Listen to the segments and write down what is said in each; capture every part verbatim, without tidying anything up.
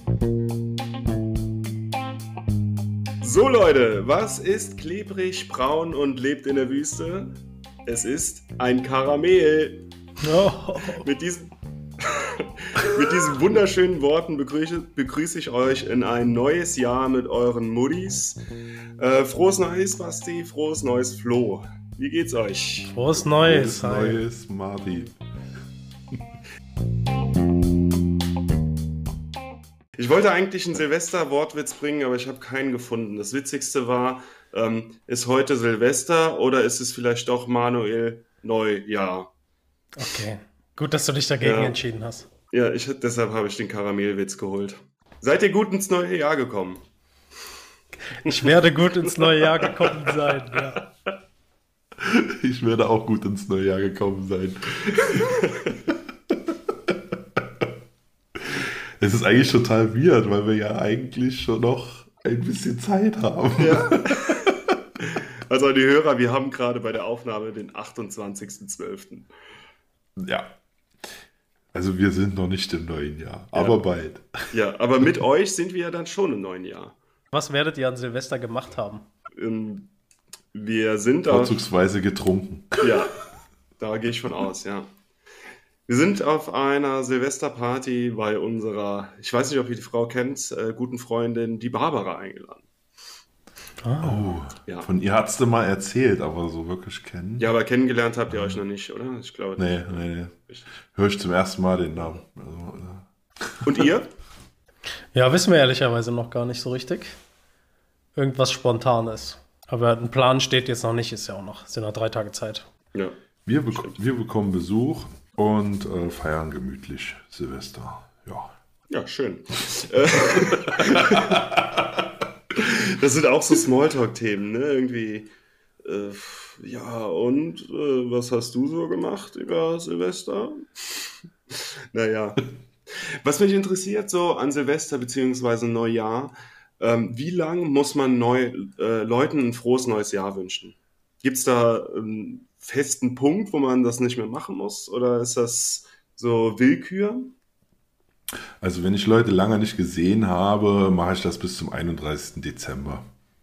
So Leute, was ist klebrig, braun und lebt in der Wüste? Es ist ein Karamell. Oh. Mit diesen, mit diesen wunderschönen Worten begrüße, begrüße ich euch in ein neues Jahr mit euren Muddis. Äh, frohes Neues, Basti, frohes Neues, Flo. Wie geht's euch? Frohes Neues. Frohes Neues, Martin. Ich wollte eigentlich einen Silvester-Wortwitz bringen, aber ich habe keinen gefunden. Das Witzigste war, ähm, ist heute Silvester oder ist es vielleicht doch Manuel Neujahr? Okay, gut, dass du dich dagegen ja. entschieden hast. Ja, ich, deshalb habe ich den Karamellwitz geholt. Seid ihr gut ins neue Jahr gekommen? Ich werde gut ins neue Jahr gekommen sein, ja. Ich werde auch gut ins neue Jahr gekommen sein. Es ist eigentlich total weird, weil wir ja eigentlich schon noch ein bisschen Zeit haben. Ja. Also die Hörer, wir haben gerade bei der Aufnahme den achtundzwanzigsten zwölften Ja. Also wir sind noch nicht im neuen Jahr, aber ja. bald. Ja, aber mit euch sind wir ja dann schon im neuen Jahr. Was werdet ihr an Silvester gemacht haben? Ähm, wir sind Vorzugsweise auf... getrunken. Ja, da gehe ich von aus, ja. Wir sind auf einer Silvesterparty bei unserer, ich weiß nicht, ob ihr die Frau kennt, äh, guten Freundin, die Barbara, eingeladen. Oh, ja. Von ihr hat's du mal erzählt, aber so wirklich kennen. Ja, aber kennengelernt habt ihr euch noch nicht, oder? Ich glaube. Nee, nee, nee. Höre ich zum ersten Mal den Namen. Also, äh. Und ihr? Ja, wissen wir ehrlicherweise noch gar nicht so richtig. Irgendwas Spontanes. Aber ein Plan steht jetzt noch nicht, ist ja auch noch, sind noch drei Tage Zeit. Ja. Wir, bek- wir bekommen Besuch und äh, feiern gemütlich Silvester. Ja. Ja, schön. Das sind auch so Smalltalk-Themen, ne? Irgendwie, äh, ja, und äh, was hast du so gemacht über Silvester? Naja. Was mich interessiert so an Silvester bzw. Neujahr, ähm, wie lange muss man neu, äh, Leuten ein frohes neues Jahr wünschen? Gibt es da einen festen Punkt, wo man das nicht mehr machen muss? Oder ist das so Willkür? Also wenn ich Leute lange nicht gesehen habe, mache ich das bis zum einunddreißigsten Dezember.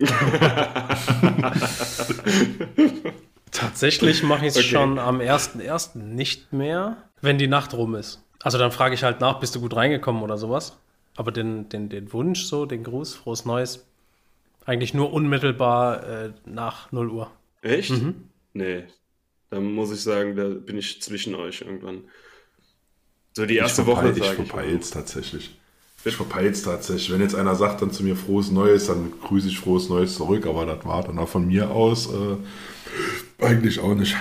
Tatsächlich mache ich es okay. schon am ersten ersten nicht mehr, wenn die Nacht rum ist. Also dann frage ich halt nach, bist du gut reingekommen oder sowas. Aber den, den, den Wunsch, so den Gruß, frohes Neues, eigentlich nur unmittelbar äh, nach null Uhr. Echt? Mhm. Nee, dann muss ich sagen, da bin ich zwischen euch irgendwann. So die erste ich Woche, sage ich. Ich verpeil's tatsächlich. Ich verpeil's tatsächlich. Wenn jetzt einer sagt dann zu mir frohes Neues, dann grüße ich frohes Neues zurück, aber das war dann auch von mir aus äh, eigentlich auch nicht.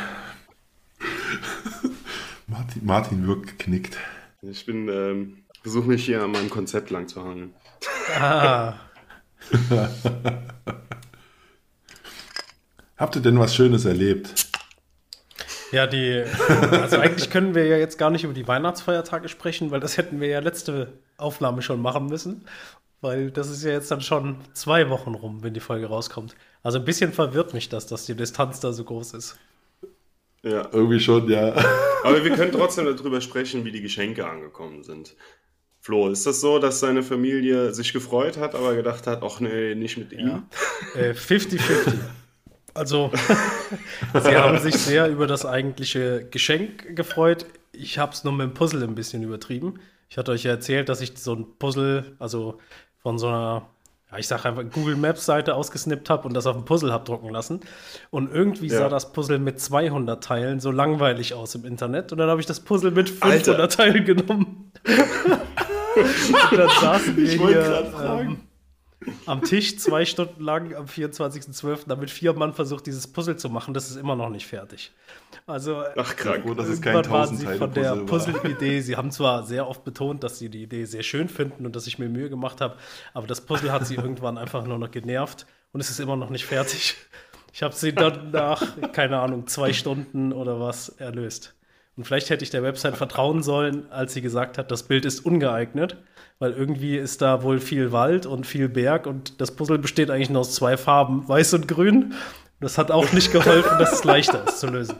Martin, Martin wirkt geknickt. Ich bin, ähm, versuche mich hier an meinem Konzept lang zu hangeln. Ah. Habt ihr denn was Schönes erlebt? Ja, die, also eigentlich können wir ja jetzt gar nicht über die Weihnachtsfeiertage sprechen, weil das hätten wir ja letzte Aufnahme schon machen müssen, weil das ist ja jetzt dann schon zwei Wochen rum, wenn die Folge rauskommt. Also ein bisschen verwirrt mich das, dass die Distanz da so groß ist. Ja, irgendwie schon, ja. Aber wir können trotzdem darüber sprechen, wie die Geschenke angekommen sind. Flo, ist das so, dass seine Familie sich gefreut hat, aber gedacht hat, ach nee, nicht mit ihm? Ja. Äh, fünfzig fünfzig. Also, sie haben sich sehr über das eigentliche Geschenk gefreut. Ich habe es nur mit dem Puzzle ein bisschen übertrieben. Ich hatte euch ja erzählt, dass ich so ein Puzzle, also von so einer, ja, ich sage einfach Google Maps Seite ausgesnippt habe und das auf ein Puzzle habe drucken lassen. Und irgendwie ja. sah das Puzzle mit zweihundert Teilen so langweilig aus im Internet. Und dann habe ich das Puzzle mit fünfhundert Alter. Teilen genommen. Und dann saßen wir ich hier ähm, am Tisch zwei Stunden lang am vierundzwanzigsten zwölften damit vier Mann versucht, dieses Puzzle zu machen. Das ist immer noch nicht fertig. Also, ach krank, oh, das ist kein waren sie von der Puzzle-Idee. Sie haben zwar sehr oft betont, dass sie die Idee sehr schön finden und dass ich mir Mühe gemacht habe, aber das Puzzle hat sie irgendwann einfach nur noch genervt und es ist immer noch nicht fertig. Ich habe sie dann nach, keine Ahnung, zwei Stunden oder was erlöst. Und vielleicht hätte ich der Website vertrauen sollen, als sie gesagt hat, das Bild ist ungeeignet, weil irgendwie ist da wohl viel Wald und viel Berg und das Puzzle besteht eigentlich nur aus zwei Farben, weiß und grün. Das hat auch nicht geholfen, dass es leichter ist zu lösen.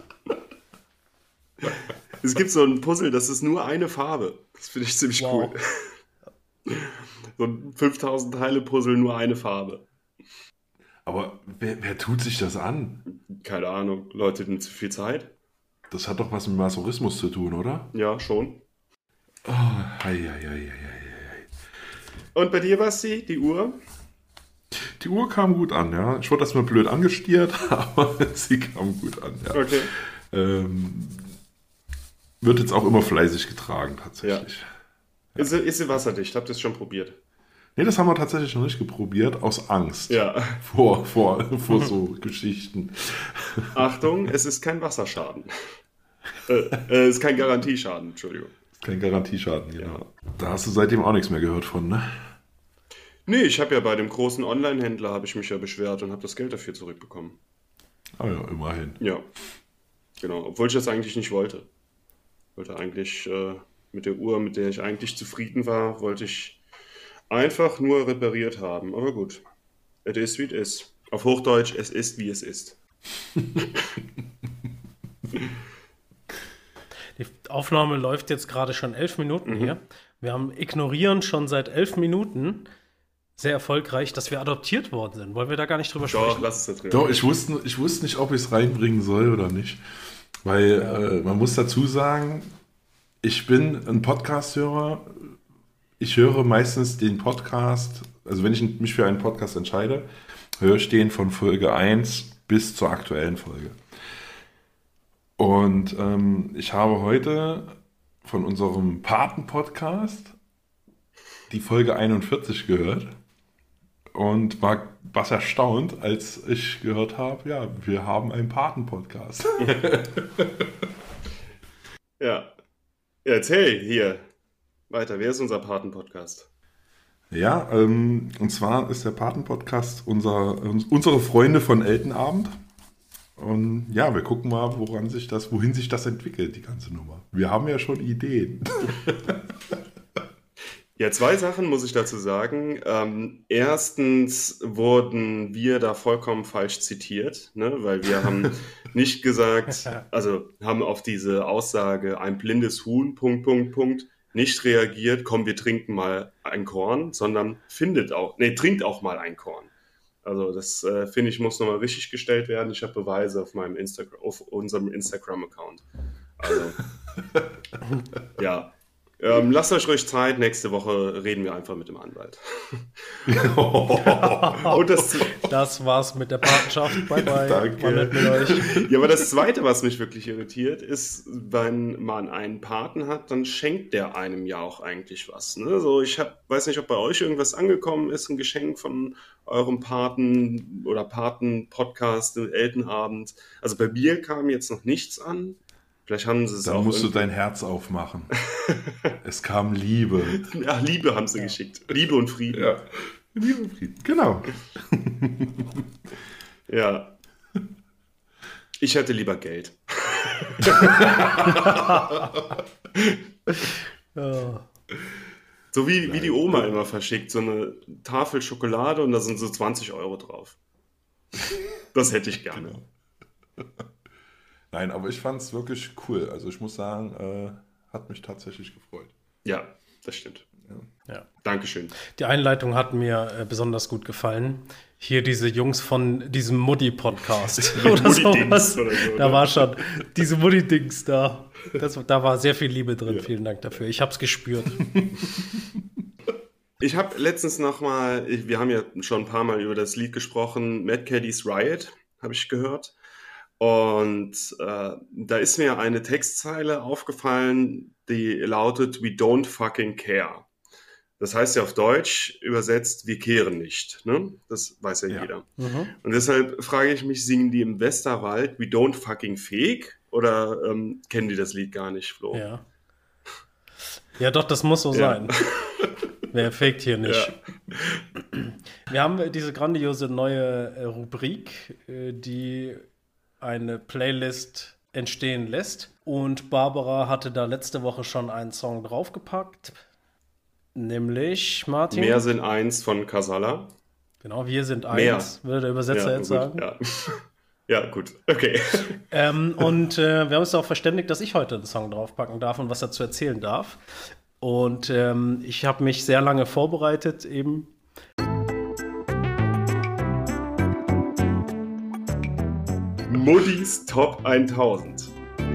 Es gibt so ein Puzzle, das ist nur eine Farbe. Das finde ich ziemlich wow. cool. So ein fünftausend Teile Puzzle, nur eine Farbe. Aber wer, wer tut sich das an? Keine Ahnung, Leute mit zu viel Zeit? Das hat doch was mit Masochismus zu tun, oder? Ja, schon. Oh, hei, hei, hei, hei, hei. Und bei dir, Basti, die Uhr? Die Uhr kam gut an, ja. Ich wurde erstmal blöd angestiert, aber sie kam gut an, ja. Okay. Ähm, wird jetzt auch immer fleißig getragen, tatsächlich. Ja. Ist, sie, ist sie wasserdicht? Habt ihr es schon probiert? Nee, das haben wir tatsächlich noch nicht geprobiert, aus Angst Ja. vor, vor, vor so Geschichten. Achtung, es ist kein Wasserschaden. äh, äh, es ist kein Garantieschaden, Entschuldigung. Kein Garantieschaden, genau. Ja. Da hast du seitdem auch nichts mehr gehört von, ne? Nee, ich habe ja bei dem großen Online-Händler habe ich mich ja beschwert und habe das Geld dafür zurückbekommen. Ah ja, immerhin. Ja, genau. Obwohl ich das eigentlich nicht wollte. Ich wollte eigentlich äh, mit der Uhr, mit der ich eigentlich zufrieden war, wollte ich einfach nur repariert haben. Aber gut, it is wie it is. Auf Hochdeutsch, es ist wie es ist. Die Aufnahme läuft jetzt gerade schon elf Minuten Mhm. hier. Wir haben ignorieren schon seit elf Minuten sehr erfolgreich, dass wir adoptiert worden sind. Wollen wir da gar nicht drüber Doch, sprechen? lass es da drin. Doch, ich wusste, ich wusste nicht, ob ich es reinbringen soll oder nicht. Weil äh, man muss dazu sagen, ich bin ein Podcast-Hörer. Ich höre meistens den Podcast, also wenn ich mich für einen Podcast entscheide, höre ich den von Folge eins bis zur aktuellen Folge. Und ähm, ich habe heute von unserem Paten-Podcast die Folge einundvierzig gehört und war was erstaunt, als ich gehört habe, ja, wir haben einen Paten-Podcast. Ja. Ja, erzähl hier weiter. Wer ist unser Paten-Podcast? Ja, ähm, und zwar ist der Paten-Podcast unser, unsere Freunde von Eltenabend. Und ja, wir gucken mal, woran sich das, wohin sich das entwickelt, die ganze Nummer. Wir haben ja schon Ideen. Ja, zwei Sachen muss ich dazu sagen. Ähm, erstens wurden wir da vollkommen falsch zitiert, ne? Weil wir haben nicht gesagt, also haben auf diese Aussage ein blindes Huhn, Punkt, Punkt, Punkt, nicht reagiert, komm, wir trinken mal ein Korn, sondern findet auch, nee, trinkt auch mal ein Korn. Also das äh, finde ich, muss nochmal richtig gestellt werden. Ich habe Beweise auf meinem Instagram, auf unserem Instagram-Account. Also, ja. Ähm, lasst euch ruhig Zeit, nächste Woche reden wir einfach mit dem Anwalt. Und das, Das war's mit der Patenschaft. Bye bye. Danke. War nett mit euch. ja, aber das Zweite, was mich wirklich irritiert, ist, wenn man einen Paten hat, dann schenkt der einem ja auch eigentlich was. Ne? So, ich hab, weiß nicht, ob bei euch irgendwas angekommen ist, ein Geschenk von eurem Paten oder Paten-Podcast, Eltenabend. Also bei mir kam jetzt noch nichts an. Vielleicht haben sie es Da auch. musst du irgendwie- dein Herz aufmachen. Es kam Liebe. Ach, Liebe haben sie geschickt. Liebe und Frieden. Ja. Liebe und Frieden. Genau. Ja. Ich hätte lieber Geld. Ja. So wie, wie die Oma immer verschickt, so eine Tafel Schokolade und da sind so zwanzig Euro drauf. Das hätte ich gerne. Nein, aber ich fand es wirklich cool. Also ich muss sagen, äh, hat mich tatsächlich gefreut. Ja, das stimmt. Ja. Dankeschön. Die Einleitung hat mir äh, besonders gut gefallen. Hier diese Jungs von diesem Mutti-Podcast oder Mutti-Dings sowas. oder so, Da ne? war schon diese Mutti-Dings da. Das, da war sehr viel Liebe drin. Vielen Dank dafür. Ich habe es gespürt. Ich habe letztens nochmal, wir haben ja schon ein paar Mal über das Lied gesprochen, Mad Caddies Riot, habe ich gehört. Und äh, da ist mir eine Textzeile aufgefallen, die lautet, We don't fucking care. Das heißt ja auf Deutsch übersetzt, wir kehren nicht. Ne? Das weiß ja, Ja. jeder. Mhm. Und deshalb frage ich mich, singen die im Westerwald We don't fucking fake? Oder ähm, kennen die das Lied gar nicht, Flo? Ja. Ja, doch, das muss so Ja. sein. Wer faked hier nicht? Wir haben diese grandiose neue äh, Rubrik, äh, die eine Playlist entstehen lässt. Und Barbara hatte da letzte Woche schon einen Song draufgepackt. Nämlich, Martin? Mehr sind eins von Casala. Genau, wir sind Mehr. eins, würde der Übersetzer Ja, jetzt gut, sagen. Ja. Ja, gut. Okay. Ähm, und äh, wir haben uns auch verständigt, dass ich heute einen Song draufpacken darf und was dazu erzählen darf. Und ähm, ich habe mich sehr lange vorbereitet eben. Muddis Top tausend.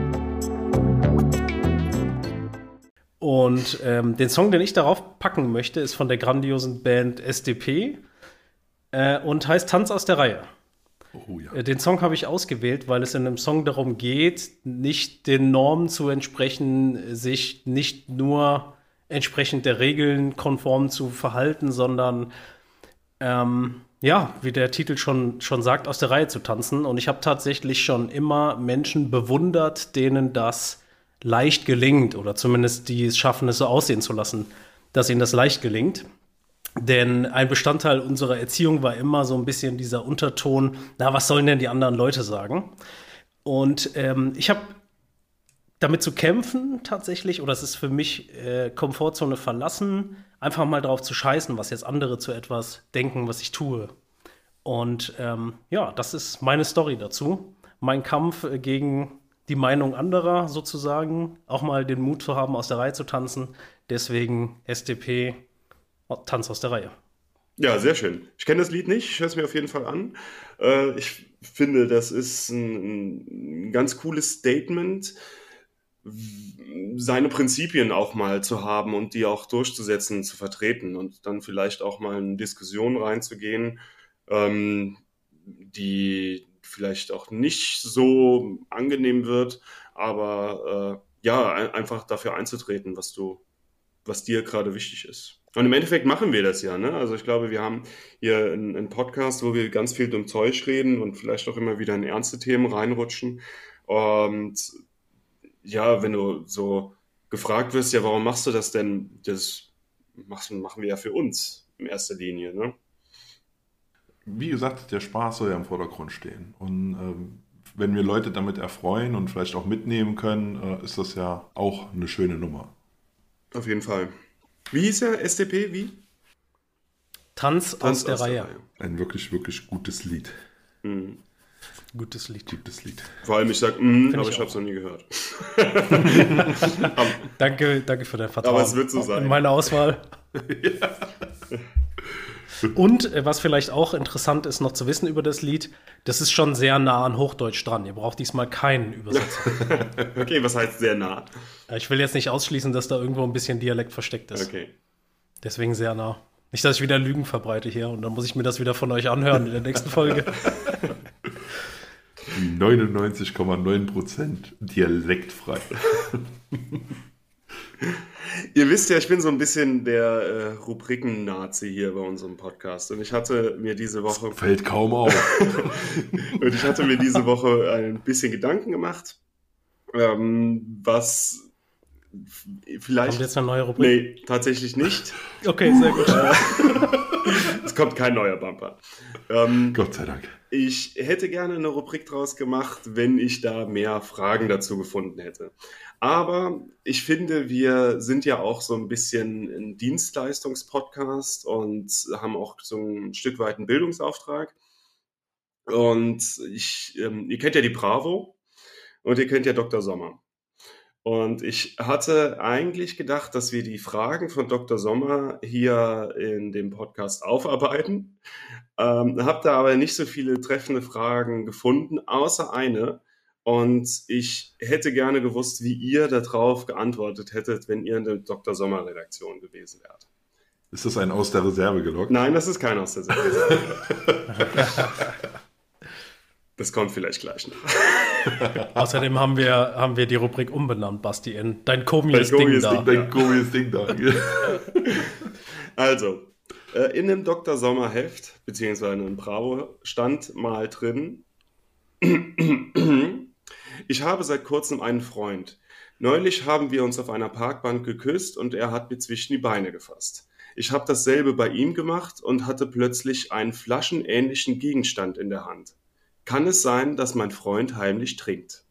Und ähm, den Song, den ich darauf packen möchte, ist von der grandiosen Band S D P äh, und heißt Tanz aus der Reihe. Oh, ja. Äh, den Song habe ich ausgewählt, weil es in einem Song darum geht, nicht den Normen zu entsprechen, sich nicht nur entsprechend der Regeln konform zu verhalten, sondern ähm, ja, wie der Titel schon, schon sagt, aus der Reihe zu tanzen. Und ich habe tatsächlich schon immer Menschen bewundert, denen das leicht gelingt oder zumindest die es schaffen, es so aussehen zu lassen, dass ihnen das leicht gelingt. Denn ein Bestandteil unserer Erziehung war immer so ein bisschen dieser Unterton, na, was sollen denn die anderen Leute sagen? Und ähm, ich habe damit zu kämpfen tatsächlich, oder es ist für mich äh, Komfortzone verlassen, einfach mal drauf zu scheißen, was jetzt andere zu etwas denken, was ich tue. Und ähm, ja, das ist meine Story dazu. Mein Kampf äh, gegen die Meinung anderer sozusagen, auch mal den Mut zu haben, aus der Reihe zu tanzen. Deswegen S D P, Tanz aus der Reihe. Ja, sehr schön. Ich kenne das Lied nicht, ich höre es mir auf jeden Fall an. Äh, ich finde, das ist ein, ein ganz cooles Statement, seine Prinzipien auch mal zu haben und die auch durchzusetzen, zu vertreten und dann vielleicht auch mal in Diskussionen reinzugehen, ähm, die vielleicht auch nicht so angenehm wird, aber äh, ja, ein, einfach dafür einzutreten, was du, was dir gerade wichtig ist. Und im Endeffekt machen wir das ja, ne? Also ich glaube, wir haben hier einen, einen Podcast, wo wir ganz viel um Zeug reden und vielleicht auch immer wieder in ernste Themen reinrutschen. Und ja, wenn du so gefragt wirst, ja, warum machst du das denn? Das machen, machen wir ja für uns in erster Linie, ne? Wie gesagt, der Spaß soll ja im Vordergrund stehen. Und ähm, wenn wir Leute damit erfreuen und vielleicht auch mitnehmen können, äh, ist das ja auch eine schöne Nummer. Auf jeden Fall. Wie hieß er? S D P? Wie? Tanz, Tanz aus, der, aus Reihe. der Reihe. Ein wirklich, wirklich gutes Lied. Mhm. Gutes Lied. Gutes Lied. Vor allem, ich sage, mm, aber ich, ich habe es noch nie gehört. danke, danke für dein Vertrauen. Aber es wird so sein. In meine Auswahl. Ja. Und äh, was vielleicht auch interessant ist, noch zu wissen über das Lied, das ist schon sehr nah an Hochdeutsch dran. Ihr braucht diesmal keinen Übersetzer. Okay, was heißt sehr nah? Ich will jetzt nicht ausschließen, dass da irgendwo ein bisschen Dialekt versteckt ist. Okay. Deswegen sehr nah. Nicht, dass ich wieder Lügen verbreite hier und dann muss ich mir das wieder von euch anhören in der nächsten Folge. neunundneunzig Komma neun Prozent dialektfrei. Ihr wisst ja, ich bin so ein bisschen der äh, Rubriken-Nazi hier bei unserem Podcast. Und ich hatte mir diese Woche... Das fällt kaum auf. Und ich hatte mir diese Woche ein bisschen Gedanken gemacht, ähm, was vielleicht... Kommt jetzt eine neue Rubrik? Nee, tatsächlich nicht. Okay, sehr gut. Es kommt kein neuer Bumper. Ähm, Gott sei Dank. Ich hätte gerne eine Rubrik draus gemacht, wenn ich da mehr Fragen dazu gefunden hätte. Aber ich finde, wir sind ja auch so ein bisschen ein Dienstleistungspodcast und haben auch so ein Stück weit einen Bildungsauftrag. Und ich, ähm, ihr kennt ja die Bravo und ihr kennt ja Doktor Sommer. Und ich hatte eigentlich gedacht, dass wir die Fragen von Doktor Sommer hier in dem Podcast aufarbeiten. Ähm, habe da aber nicht so viele treffende Fragen gefunden, außer eine. Und ich hätte gerne gewusst, wie ihr darauf geantwortet hättet, wenn ihr in der Doktor Sommer-Redaktion gewesen wärt. Ist das ein aus der Reserve gelockt? Nein, das ist kein aus der Reserve. Das kommt vielleicht gleich noch. Außerdem haben wir, haben wir die Rubrik umbenannt, Basti, in Dein komisches Ding da. Dein komisches Ding da. Also, in dem Doktor Sommer Heft, beziehungsweise in einem Bravo, stand mal drin: Ich habe seit kurzem einen Freund. Neulich haben wir uns auf einer Parkbank geküsst und er hat mir zwischen die Beine gefasst. Ich habe dasselbe bei ihm gemacht und hatte plötzlich einen flaschenähnlichen Gegenstand in der Hand. Kann es sein, dass mein Freund heimlich trinkt?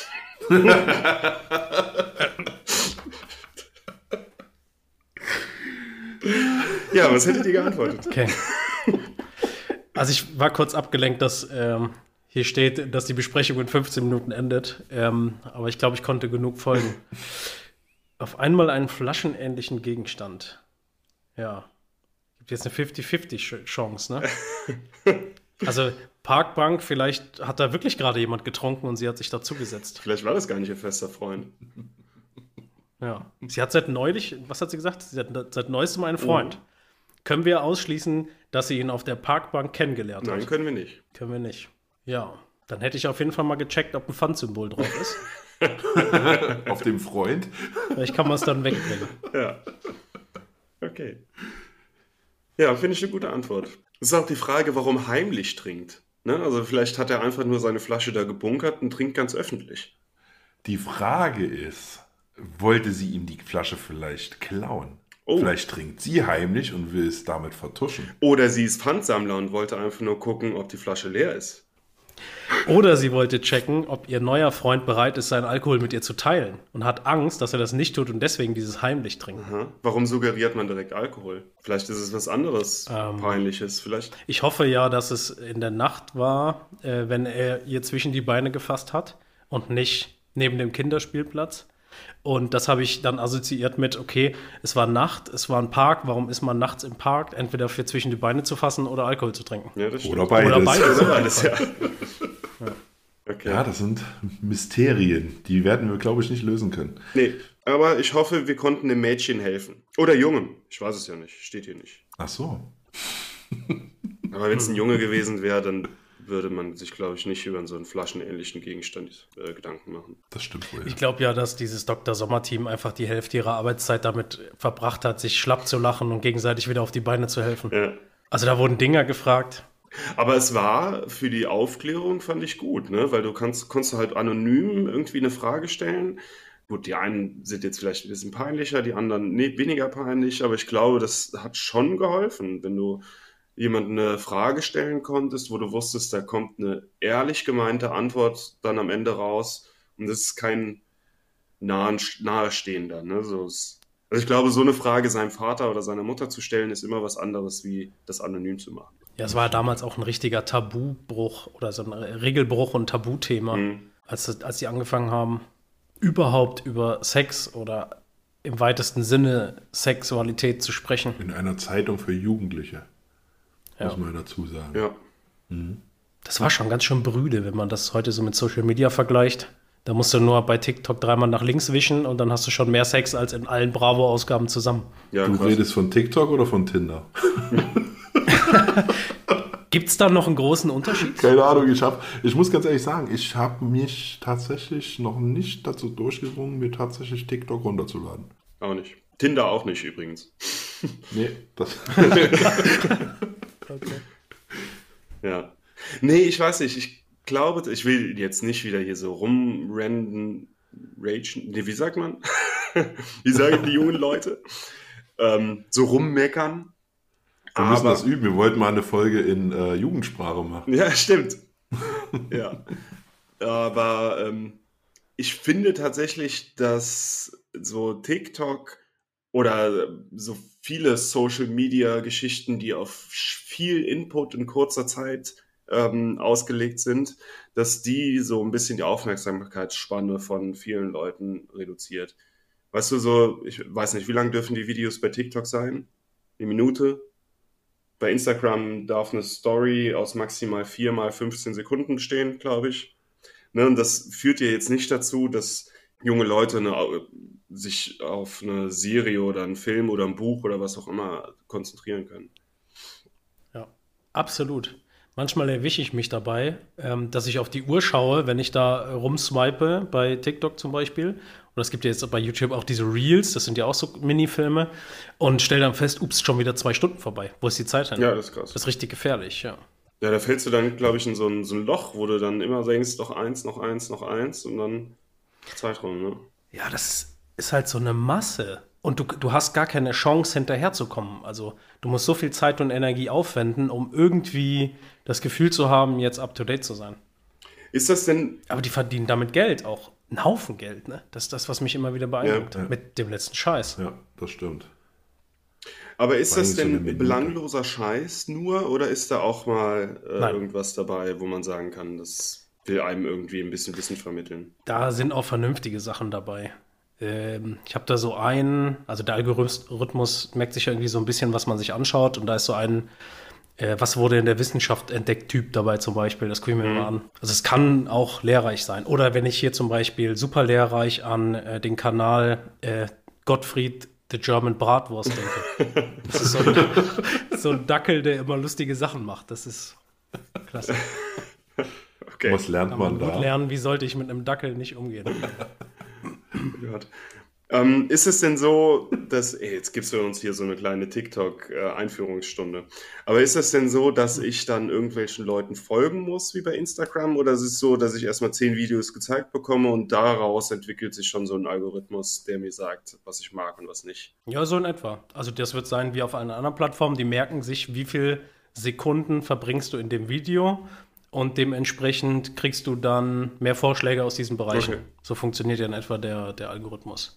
Ja, was hättet ihr geantwortet? Okay. Also ich war kurz abgelenkt, dass ähm, hier steht, dass die Besprechung in fünfzehn Minuten endet. Ähm, aber ich glaube, ich konnte genug folgen. Auf einmal einen flaschenähnlichen Gegenstand. Ja. Gibt jetzt eine fünfzig fünfzig Chance, ne? Also Parkbank, vielleicht hat da wirklich gerade jemand getrunken und sie hat sich dazugesetzt. Vielleicht war das gar nicht ihr fester Freund. Ja. Sie hat seit neulich, was hat sie gesagt? Sie hat seit neuestem einen Freund. Oh. Können wir ausschließen, dass sie ihn auf der Parkbank kennengelernt hat? Nein, können wir nicht. Können wir nicht. Ja. Dann hätte ich auf jeden Fall mal gecheckt, ob ein Pfandsymbol drauf ist. Auf dem Freund? Vielleicht kann man es dann wegbringen. Ja. Okay. Ja, finde ich eine gute Antwort. Es ist auch die Frage, warum heimlich trinkt. Ne? Also vielleicht hat er einfach nur seine Flasche da gebunkert und trinkt ganz öffentlich. Die Frage ist, wollte sie ihm die Flasche vielleicht klauen? Oh. Vielleicht trinkt sie heimlich und will es damit vertuschen. Oder sie ist Pfandsammler und wollte einfach nur gucken, ob die Flasche leer ist. Oder sie wollte checken, ob ihr neuer Freund bereit ist, seinen Alkohol mit ihr zu teilen und hat Angst, dass er das nicht tut und deswegen dieses heimlich trinkt. Aha. Warum suggeriert man direkt Alkohol? Vielleicht ist es was anderes, ähm, Peinliches. Vielleicht. Ich hoffe ja, dass es in der Nacht war, äh, wenn er ihr zwischen die Beine gefasst hat und nicht neben dem Kinderspielplatz. Und das habe ich dann assoziiert mit, okay, es war Nacht, es war ein Park, warum ist man nachts im Park? Entweder für zwischen die Beine zu fassen oder Alkohol zu trinken. Ja, das oder beides. Oder beides, oder beides ja. Ja. Okay. Ja, das sind Mysterien, die werden wir, glaube ich, nicht lösen können. Nee, aber ich hoffe, wir konnten dem Mädchen helfen. Oder Jungen, ich weiß es ja nicht, steht hier nicht. Ach so. Aber wenn es ein Junge gewesen wäre, dann würde man sich, glaube ich, nicht über so einen flaschenähnlichen Gegenstand äh, Gedanken machen. Das stimmt wohl. Ja. Ich glaube ja, dass dieses Doktor Sommer-Team einfach die Hälfte ihrer Arbeitszeit damit verbracht hat, sich schlapp zu lachen und gegenseitig wieder auf die Beine zu helfen. Ja. Also da wurden Dinger gefragt. Aber es war für die Aufklärung, fand ich gut, ne? Weil du kannst, konntest halt anonym irgendwie eine Frage stellen. Gut, die einen sind jetzt vielleicht ein bisschen peinlicher, die anderen nee, weniger peinlich, aber ich glaube, das hat schon geholfen, wenn du jemand eine Frage stellen konntest, wo du wusstest, da kommt eine ehrlich gemeinte Antwort dann am Ende raus und das ist kein nahen, nahestehender. Ne? So ist, also ich glaube, so eine Frage seinem Vater oder seiner Mutter zu stellen, ist immer was anderes, wie das anonym zu machen. Ja, es war damals auch ein richtiger Tabubruch oder so ein Regelbruch und Tabuthema, mhm. als, als die angefangen haben, überhaupt über Sex oder im weitesten Sinne Sexualität zu sprechen. In einer Zeitung für Jugendliche. Ja. Muss man dazu sagen. Ja. Mhm. Das war schon ganz schön brüde, wenn man das heute so mit Social Media vergleicht. Da musst du nur bei TikTok dreimal nach links wischen und dann hast du schon mehr Sex als in allen Bravo-Ausgaben zusammen. Ja, du krass. Redest von TikTok oder von Tinder? Gibt es da noch einen großen Unterschied? Keine Ahnung, ich, hab, ich muss ganz ehrlich sagen, ich habe mich tatsächlich noch nicht dazu durchgerungen, mir tatsächlich TikTok runterzuladen. Auch nicht. Tinder auch nicht übrigens. Nee, das... Okay. Ja. Nee, ich weiß nicht. Ich glaube, ich will jetzt nicht wieder hier so rumrennen, ragen. Nee, wie sagt man? Wie sagen die jungen Leute? Ähm, so rummeckern. Wir müssen aber das üben. Wir wollten mal eine Folge in äh, Jugendsprache machen. Ja, stimmt. Ja. Aber ähm, ich finde tatsächlich, dass so TikTok oder so viele Social-Media-Geschichten, die auf viel Input in kurzer Zeit ähm, ausgelegt sind, dass die so ein bisschen die Aufmerksamkeitsspanne von vielen Leuten reduziert. Weißt du, so, ich weiß nicht, wie lang dürfen die Videos bei TikTok sein? Eine Minute? Bei Instagram darf eine Story aus maximal vier mal fünfzehn Sekunden bestehen, glaube ich. Ne, und das führt ja jetzt nicht dazu, dass junge Leute eine, sich auf eine Serie oder einen Film oder ein Buch oder was auch immer konzentrieren können. Ja, absolut. Manchmal erwische ich mich dabei, ähm, dass ich auf die Uhr schaue, wenn ich da rumswipe, bei TikTok zum Beispiel. Und es gibt ja jetzt bei YouTube auch diese Reels, das sind ja auch so Minifilme. Und stelle dann fest, ups, schon wieder zwei Stunden vorbei. Wo ist die Zeit hin? Ja, das ist krass. Das ist richtig gefährlich, ja. Ja, da fällst du dann, glaube ich, in so ein, so ein Loch, wo du dann immer denkst, noch eins, noch eins, noch eins und dann Zeitraum, ne? Ja, das ist halt so eine Masse. Und du, du hast gar keine Chance, hinterherzukommen. Also du musst so viel Zeit und Energie aufwenden, um irgendwie das Gefühl zu haben, jetzt up-to-date zu sein. Ist das denn... Aber die verdienen damit Geld auch. Einen Haufen Geld, ne? Das ist das, was mich immer wieder beeindruckt. Ja, ja. Mit dem letzten Scheiß. Ja, das stimmt. Aber ist das denn belangloser Scheiß nur oder ist da auch mal äh, irgendwas dabei, wo man sagen kann, das will einem irgendwie ein bisschen Wissen vermitteln? Da sind auch vernünftige Sachen dabei. Ähm, ich habe da so einen, also der Algorithmus merkt sich ja irgendwie so ein bisschen, was man sich anschaut. Und da ist so ein, äh, was wurde in der Wissenschaft entdeckt, Typ dabei zum Beispiel. Das gucke ich mir Mhm. mal an. Also es kann auch lehrreich sein. Oder wenn ich hier zum Beispiel super lehrreich an äh, den Kanal äh, Gottfried the German Bratwurst denke. Das ist so ein, so ein Dackel, der immer lustige Sachen macht. Das ist klasse. Okay. Was lernt Kann man man gut da? lernen, wie sollte ich mit einem Dackel nicht umgehen. Gott. Ähm, ist es denn so, dass, ey, jetzt gibst du uns hier so eine kleine TikTok-Einführungsstunde, aber ist es denn so, dass ich dann irgendwelchen Leuten folgen muss, wie bei Instagram, oder ist es so, dass ich erstmal zehn Videos gezeigt bekomme und daraus entwickelt sich schon so ein Algorithmus, der mir sagt, was ich mag und was nicht? Ja, so in etwa. Also das wird sein wie auf einer anderen Plattform. Die merken sich, wie viel Sekunden verbringst du in dem Video und dementsprechend kriegst du dann mehr Vorschläge aus diesen Bereichen. Okay. So funktioniert ja in etwa der, der Algorithmus.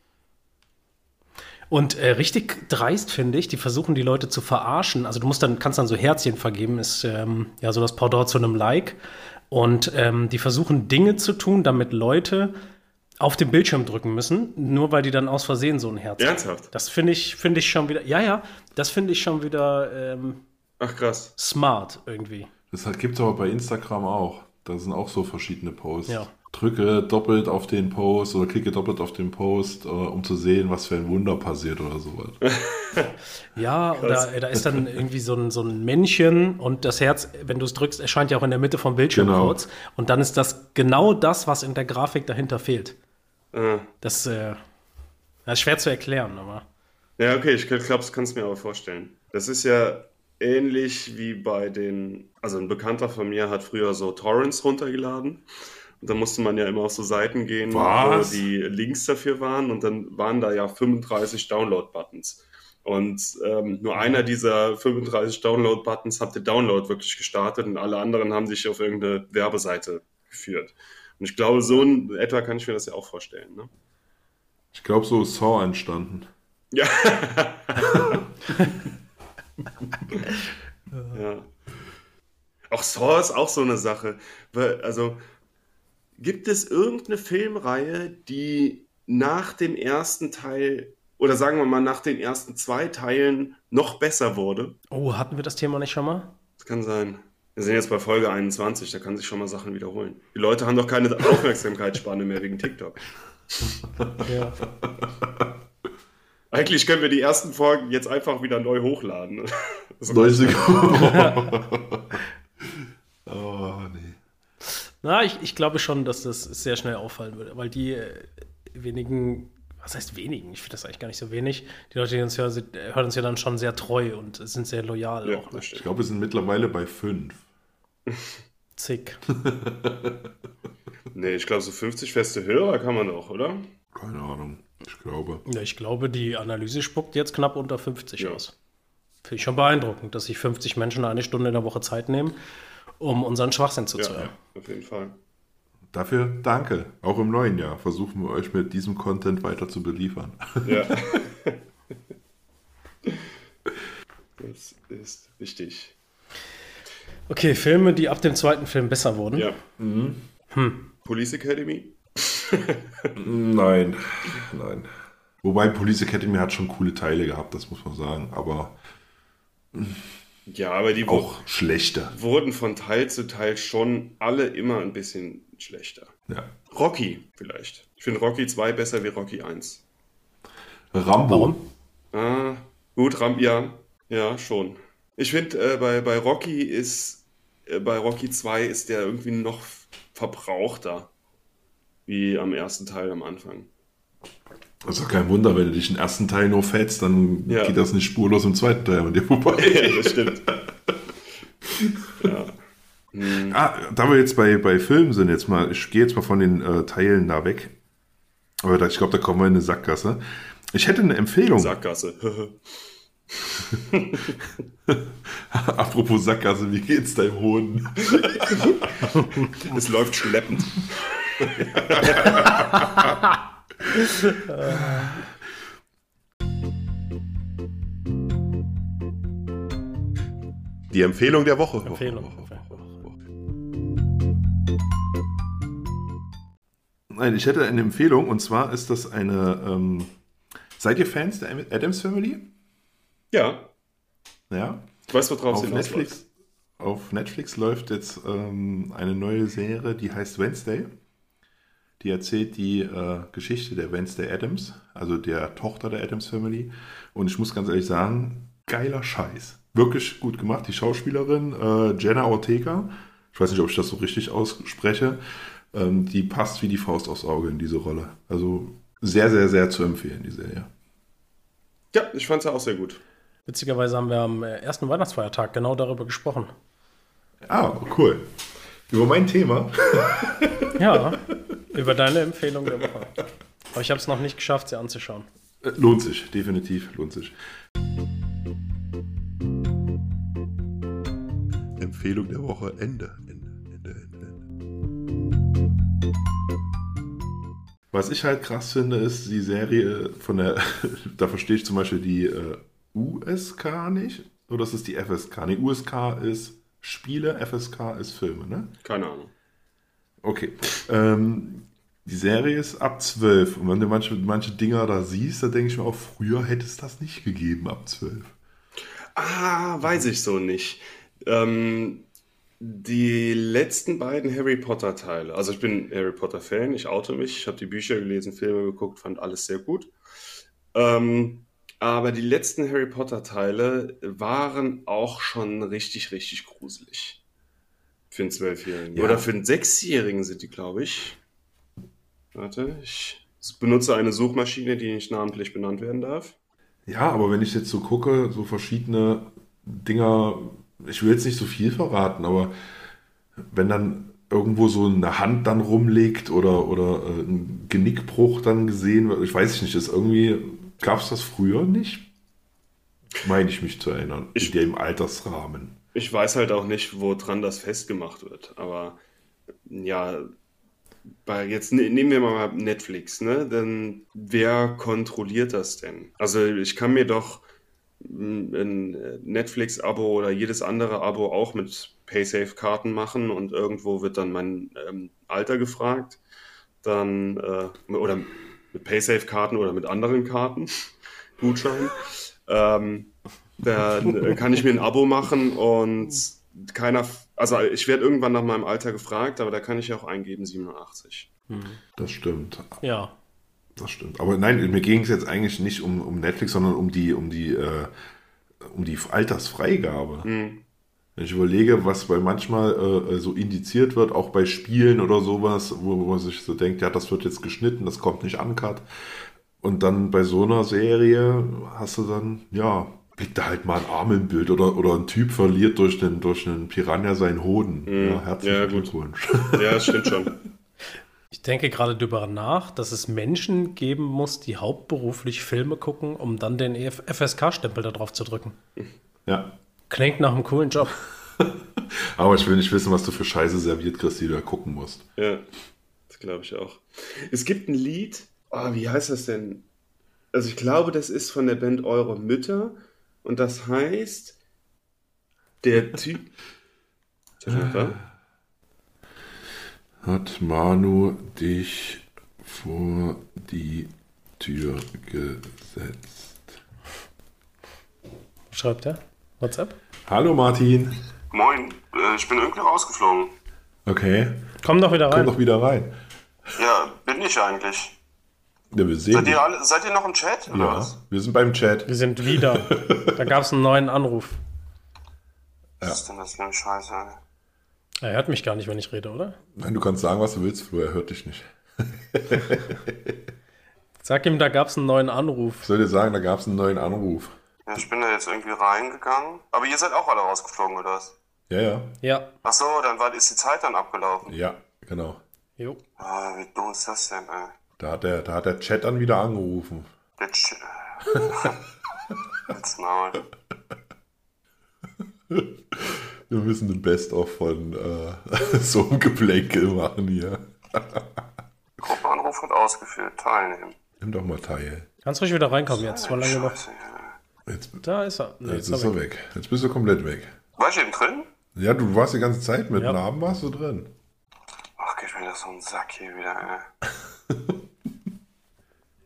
Und äh, richtig dreist finde ich, die versuchen die Leute zu verarschen. Also du musst dann, kannst dann so Herzchen vergeben, ist ähm, ja so das Pendant zu einem Like. Und ähm, die versuchen Dinge zu tun, damit Leute auf den Bildschirm drücken müssen, nur weil die dann aus Versehen so ein Herz haben. Ernsthaft? Das finde ich, finde ich schon wieder, ja, ja, das finde ich schon wieder ähm, Ach krass. smart irgendwie. Das gibt es aber bei Instagram auch. Da sind auch so verschiedene Posts. Ja. Drücke doppelt auf den Post oder klicke doppelt auf den Post, äh, um zu sehen, was für ein Wunder passiert oder sowas. Ja, oder äh, da ist dann irgendwie so ein, so ein Männchen und das Herz, wenn du es drückst, erscheint ja auch in der Mitte vom Bildschirm Genau. kurz. Und dann ist das genau das, was in der Grafik dahinter fehlt. Ah. Das, äh, das ist schwer zu erklären, aber. Ja, okay, ich glaube, das kannst du mir aber vorstellen. Das ist ja ähnlich wie bei den, also ein Bekannter von mir hat früher so Torrents runtergeladen. Und da musste man ja immer auf so Seiten gehen, Was? wo die Links dafür waren. Und dann waren da ja fünfunddreißig Download-Buttons. Und ähm, nur einer dieser fünfunddreißig Download-Buttons hat den Download wirklich gestartet und alle anderen haben sich auf irgendeine Werbeseite geführt. Und ich glaube, so in etwa kann ich mir das ja auch vorstellen. Ne? Ich glaube, so ist Saw entstanden. Ja. Ja. Auch Saw ist auch so eine Sache. Weil, Also, gibt es irgendeine Filmreihe, die nach dem ersten Teil, oder sagen wir mal nach den ersten zwei Teilen noch besser wurde? Oh, hatten wir das Thema nicht schon mal? Das kann sein. Wir sind jetzt bei Folge einundzwanzig, da kann sich schon mal Sachen wiederholen. Die Leute haben doch keine Aufmerksamkeitsspanne mehr wegen TikTok. Ja. Eigentlich können wir die ersten Folgen jetzt einfach wieder neu hochladen. So. neun Sekunden. Oh, nee. Na, ich, ich glaube schon, dass das sehr schnell auffallen würde, weil die äh, wenigen, was heißt wenigen? Ich finde das eigentlich gar nicht so wenig. Die Leute, die uns hören, sind, hören uns ja dann schon sehr treu und sind sehr loyal Ja, auch. Ne? das Ich stimmt. glaube, wir sind mittlerweile bei fünf. Zick. Nee, ich glaube, so fünfzig feste Hörer kann man auch, oder? Keine Ahnung. Ich glaube. Ja, ich glaube, die Analyse spuckt jetzt knapp unter fünfzig Ja. aus. Finde ich schon beeindruckend, dass sich fünfzig Menschen eine Stunde in der Woche Zeit nehmen, um unseren Schwachsinn Ja, zuzuhören. auf jeden Fall. Dafür danke. Auch im neuen Jahr versuchen wir euch mit diesem Content weiter zu beliefern. Ja. Das ist wichtig. Okay, Filme, die ab dem zweiten Film besser wurden. Ja. Police Academy? Nein, nein. Wobei Police Academy hat schon coole Teile gehabt, das muss man sagen. Aber Ja, aber die auch schlechter. wurden von Teil zu Teil schon alle immer ein bisschen schlechter. Ja. Rocky vielleicht. Ich finde Rocky zwei besser wie Rocky eins. Rambo. Warum? Ah, gut, Ram, ja, ja, schon. Ich finde, äh, bei, bei Rocky ist, äh, bei Rocky zwei ist der irgendwie noch verbrauchter, wie am ersten Teil am Anfang. Das ist doch kein Wunder, wenn du dich im ersten Teil nur fetzt, dann Ja. geht das nicht spurlos im zweiten Teil an dir vorbei. Ja, das stimmt. Ja. Ah, da wir jetzt bei, bei Filmen sind, jetzt mal, ich gehe jetzt mal von den äh, Teilen da weg. Aber da, ich glaube, da kommen wir in eine Sackgasse. Ich hätte eine Empfehlung. Sackgasse. Apropos Sackgasse, wie geht's deinem Hoden? Es läuft schleppend. Die Empfehlung der Woche. Empfehlung. Nein, ich hätte eine Empfehlung und zwar ist das eine. Ähm, seid ihr Fans der Addams Family? Ja. Ja. Ich weiß, worauf Auf sie Netflix, auf Netflix läuft jetzt ähm, eine neue Serie, die heißt Wednesday. Die erzählt die äh, Geschichte der Wednesday Addams, also der Tochter der Addams Family. Und ich muss ganz ehrlich sagen, geiler Scheiß. Wirklich gut gemacht. Die Schauspielerin äh, Jenna Ortega, ich weiß nicht, ob ich das so richtig ausspreche, ähm, die passt wie die Faust aufs Auge in diese Rolle. Also sehr, sehr, sehr zu empfehlen, die Serie. Ja, ich fand es auch sehr gut. Witzigerweise haben wir am ersten Weihnachtsfeiertag genau darüber gesprochen. Ah, cool. Über mein Thema. Ja, über deine Empfehlung der Woche. Aber ich habe es noch nicht geschafft, sie anzuschauen. Lohnt sich, definitiv lohnt sich. Empfehlung der Woche, Ende. Ende, Ende, Ende, Ende. Was ich halt krass finde, ist die Serie von der, da verstehe ich zum Beispiel die äh, U S K nicht, oder ist es die F S K? Nee, U S K ist Spiele, F S K ist Filme, ne? Keine Ahnung. Okay. Ähm, die Serie ist ab zwölf. Und wenn du manche, manche Dinger da siehst, da denke ich mir auch, früher hätte es das nicht gegeben ab zwölf. Ah, weiß ich so nicht. Ähm, die letzten beiden Harry Potter Teile, also ich bin Harry Potter Fan, ich oute mich, ich habe die Bücher gelesen, Filme geguckt, fand alles sehr gut. Ähm, aber die letzten Harry Potter Teile waren auch schon richtig, richtig gruselig. Für einen Zwölfjährigen. Ja. Oder für einen Sechsjährigen sind die, glaube ich. Warte, ich benutze eine Suchmaschine, die nicht namentlich benannt werden darf. Ja, aber wenn ich jetzt so gucke, so verschiedene Dinger, ich will jetzt nicht so viel verraten, aber wenn dann irgendwo so eine Hand dann rumliegt oder, oder äh, ein Genickbruch dann gesehen wird, ich weiß nicht, ist irgendwie, gab es das früher nicht? Meine ich mich zu erinnern, Ich- in dem Altersrahmen. Ich weiß halt auch nicht, woran das festgemacht wird. Aber ja, bei jetzt ne, nehmen wir mal Netflix, ne? Denn wer kontrolliert das denn? Also ich kann mir doch mm, ein Netflix-Abo oder jedes andere Abo auch mit Paysafe-Karten machen und irgendwo wird dann mein ähm, Alter gefragt. Dann äh, oder mit Paysafe-Karten oder mit anderen Karten, Gutschein. Ähm, dann äh, kann ich mir ein Abo machen und keiner, also ich werde irgendwann nach meinem Alter gefragt, aber da kann ich ja auch eingeben siebenundachtzig. Das stimmt. Ja. Das stimmt. Aber nein, mir ging es jetzt eigentlich nicht um, um Netflix, sondern um die, um die, äh, um die Altersfreigabe. Hm. Wenn ich überlege, was bei manchmal äh, so indiziert wird, auch bei Spielen oder sowas, wo, wo man sich so denkt, ja, das wird jetzt geschnitten, das kommt nicht uncut. Und dann bei so einer Serie hast du dann, ja, liegt da halt mal ein Arm im Bild oder, oder ein Typ verliert durch den, durch einen Piranha seinen Hoden. Ja, herzlichen Ja, gut. Glückwunsch. Ja, das stimmt schon. Ich denke gerade darüber nach, dass es Menschen geben muss, die hauptberuflich Filme gucken, um dann den F S K-Stempel da drauf zu drücken. Ja. Klingt nach einem coolen Job. Aber ich will nicht wissen, was du für Scheiße serviert kriegst, die du da gucken musst. Ja, das glaube ich auch. Es gibt ein Lied, oh, wie heißt das denn? Also ich glaube, das ist von der Band Eure Mütter und das heißt, der Typ... Ist das noch da? Hat Manu dich vor die Tür gesetzt? Schreibt er? WhatsApp? Hallo Martin. Moin, äh, ich bin irgendwie rausgeflogen. Okay, Komm doch wieder komm rein. doch wieder rein. Ja, bin ich eigentlich. Ja, wir sehen dich. alle, seid ihr noch im Chat? Ja, wir sind beim Chat. Wir sind wieder. Da gab es einen neuen Anruf. Was ist denn das für eine Scheiße? Er hört mich gar nicht, wenn ich rede, oder? Nein, du kannst sagen, was du willst, Flo, er hört dich nicht. Sag ihm, da gab es einen neuen Anruf. Ich soll dir sagen, da gab es einen neuen Anruf. Ja, ich bin da jetzt irgendwie reingegangen. Aber ihr seid auch alle rausgeflogen, oder was? Ja, ja, Ja. Ach so, dann war, ist die Zeit dann abgelaufen. ja, genau. Jo. Ah, wie dumm ist das denn, ey? Da hat der, da hat der Chat dann wieder angerufen. Bitch. Jetzt Maul. Wir müssen den Best-of von äh, so einem Geplänkel machen hier. Gruppenanruf wird ausgeführt. Teilnehmen. Nimm doch mal teil. Kannst ruhig wieder reinkommen jetzt. War lange noch. Scheiße, ja. Jetzt, Da ist er. Nee, jetzt ist ist er er weg. weg. Jetzt bist du komplett weg. War ich eben drin? Ja, du warst die ganze Zeit mit Ja. Namen, warst du drin. Ach, geht mir das so ein Sack hier wieder, ey.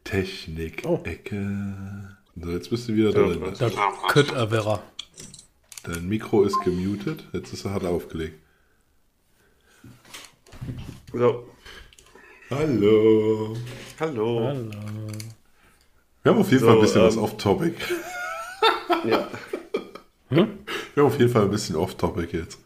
Technik-Ecke. So, jetzt bist du wieder Ja, drin. Da könnte er wäre. Dein Mikro ist gemutet. Jetzt ist er hart aufgelegt. So, Hallo. hallo. Hallo. Wir haben auf jeden So, Fall ein bisschen ähm, was off-topic. Ja. Wir haben auf jeden Fall ein bisschen off-topic jetzt.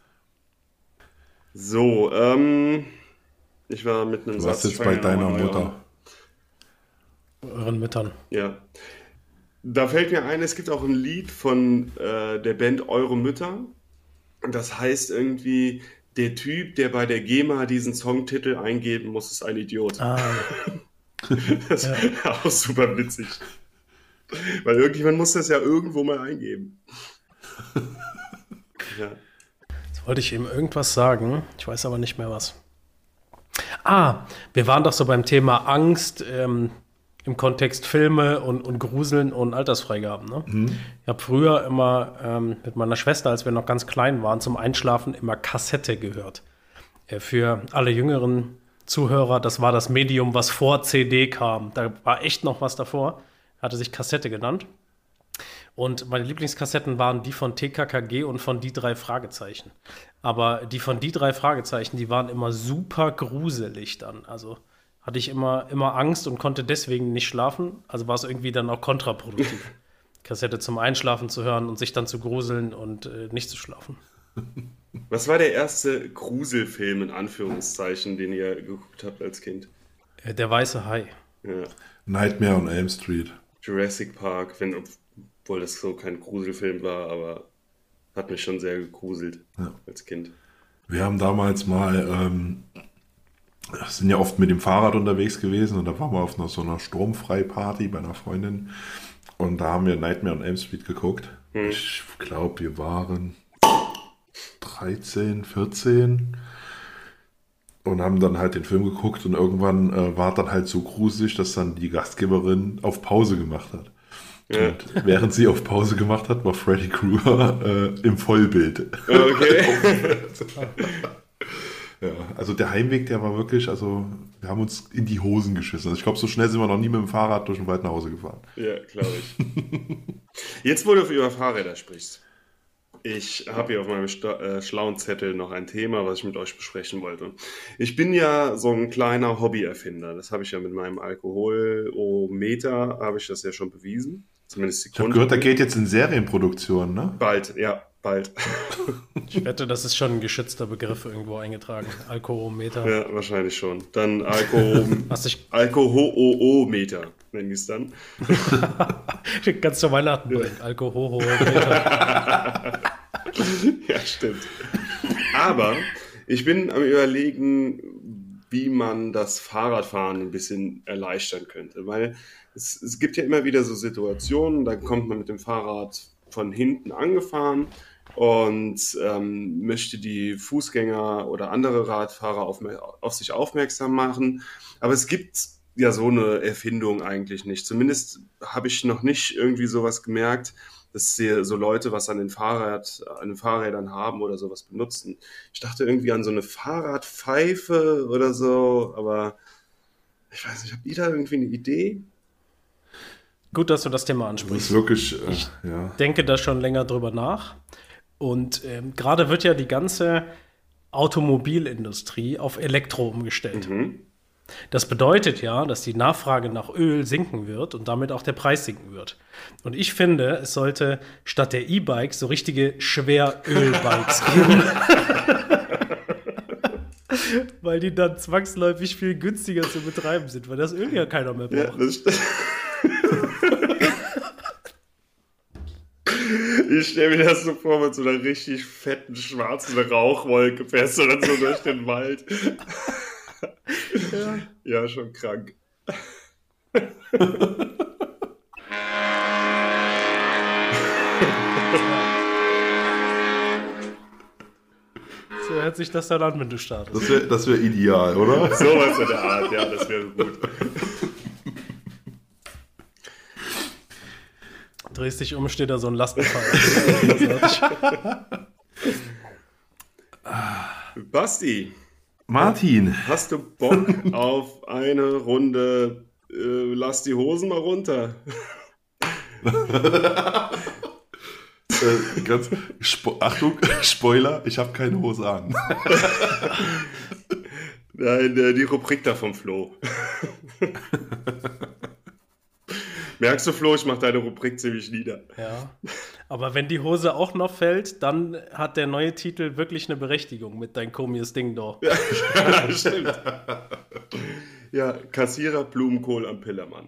So, ähm, ich war mit einem Du warst Satz. jetzt bei ich fange ja deiner nochmal neu Mutter. an. Euren Müttern. Ja. Da fällt mir ein, es gibt auch ein Lied von äh, der Band Eure Mütter. Und das heißt irgendwie, der Typ, der bei der GEMA diesen Songtitel eingeben muss, ist ein Idiot. Ah, Das ist auch super witzig. Weil irgendjemand muss das ja irgendwo mal eingeben. Ja. jetzt wollte ich eben irgendwas sagen. Ich weiß aber nicht mehr was. Ah, wir waren doch so beim Thema Angst ähm, im Kontext Filme und, und Gruseln und Altersfreigaben. Ne? Ich habe früher immer ähm, mit meiner Schwester, als wir noch ganz klein waren, zum Einschlafen immer Kassette gehört. Äh, für alle jüngeren Zuhörer, das war das Medium, was vor C D kam. Da war echt noch was davor. Hatte sich Kassette genannt. Und meine Lieblingskassetten waren die von T K K G und von Die drei Fragezeichen. Aber die von Die drei Fragezeichen, die waren immer super gruselig dann. Also hatte ich immer, immer Angst und konnte deswegen nicht schlafen. Also war es irgendwie dann auch kontraproduktiv, Kassette zum Einschlafen zu hören und sich dann zu gruseln und äh, nicht zu schlafen. Was war der erste Gruselfilm, in Anführungszeichen, den ihr geguckt habt als Kind? Äh, der weiße Hai. Ja. Nightmare on Elm Street. Jurassic Park, wenn, obwohl das so kein Gruselfilm war, aber hat mich schon sehr gegruselt Ja. als Kind. Wir haben damals mal, ähm, sind ja oft mit dem Fahrrad unterwegs gewesen und da waren wir auf einer, so einer Sturmfrei-Party bei einer Freundin und da haben wir Nightmare on Elm Street geguckt. Ich glaube, wir waren dreizehn, vierzehn und haben dann halt den Film geguckt und irgendwann äh, war dann halt so gruselig, dass dann die Gastgeberin auf Pause gemacht hat. Ja. Und während sie auf Pause gemacht hat, war Freddy Krueger äh, im Vollbild. Okay. Ja, also der Heimweg, der war wirklich, also wir haben uns in die Hosen geschissen. Also ich glaube, so schnell sind wir noch nie mit dem Fahrrad durch den Wald nach Hause gefahren. Ja, glaube ich. Jetzt, wo du über Fahrräder sprichst. Ich habe hier auf meinem Sta- äh, schlauen Zettel noch ein Thema, was ich mit euch besprechen wollte. Ich bin ja so ein kleiner Hobbyerfinder. Das habe ich ja mit meinem Alkoholometer, habe ich das ja schon bewiesen. Zumindest die Ich habe gehört, der geht jetzt in Serienproduktion, ne? Bald, ja, bald. Ich wette, das ist schon ein geschützter Begriff irgendwo eingetragen. Alkoholmeter. Ja, wahrscheinlich schon. Dann Alkohol... Was ich Alkoholometer, nennen die es dann. ganz zu Weihnachten bringt. Alkoholmeter. Ja, stimmt. Aber ich bin am Überlegen, wie man das Fahrradfahren ein bisschen erleichtern könnte. Weil es, es gibt ja immer wieder so Situationen, da kommt man mit dem Fahrrad von hinten angefahren und ähm, möchte die Fußgänger oder andere Radfahrer auf, auf sich aufmerksam machen. Aber es gibt ja so eine Erfindung eigentlich nicht. Zumindest habe ich noch nicht irgendwie sowas gemerkt, dass hier so Leute was an den Fahrrad, an den Fahrrädern haben oder sowas benutzen. Ich dachte irgendwie an so eine Fahrradpfeife oder so, aber ich weiß nicht, habt ihr da irgendwie eine Idee? Gut, dass du das Thema Das ist ansprichst. wirklich, äh, ja. Denke da schon länger drüber nach. Und ähm, gerade wird ja die ganze Automobilindustrie auf Elektro umgestellt. Das bedeutet ja, dass die Nachfrage nach Öl sinken wird und damit auch der Preis sinken wird. Und ich finde, es sollte statt der E-Bikes so richtige Schweröl-Bikes geben. Weil die dann zwangsläufig viel günstiger zu betreiben sind, weil das Öl ja keiner mehr Ja, braucht. das stimmt. Ich stelle mir das so vor, mit so einer richtig fetten schwarzen Rauchwolke fährst du dann so durch den Wald. Ja. Ja, schon krank. So hört sich das dann an, wenn du startest. Das wäre das wär ideal, oder? Sowas in der Art, ja, das wäre gut. Drehst dich um, steht da so ein Lastenfahrrad. Basti, Martin, hast du Bock auf eine Runde äh, lass die Hosen mal runter. äh, ganz, Spo- Achtung, Spoiler, ich habe keine Hose an. Nein, äh, die Rubrik da vom Flo. Merkst du, Flo, ich mache deine Rubrik ziemlich nieder. Ja. Aber wenn die Hose auch noch fällt, dann hat der neue Titel wirklich eine Berechtigung mit Dein komisches Ding da. Ja, stimmt. Ja, Kassierer Blumenkohl am Pillermann.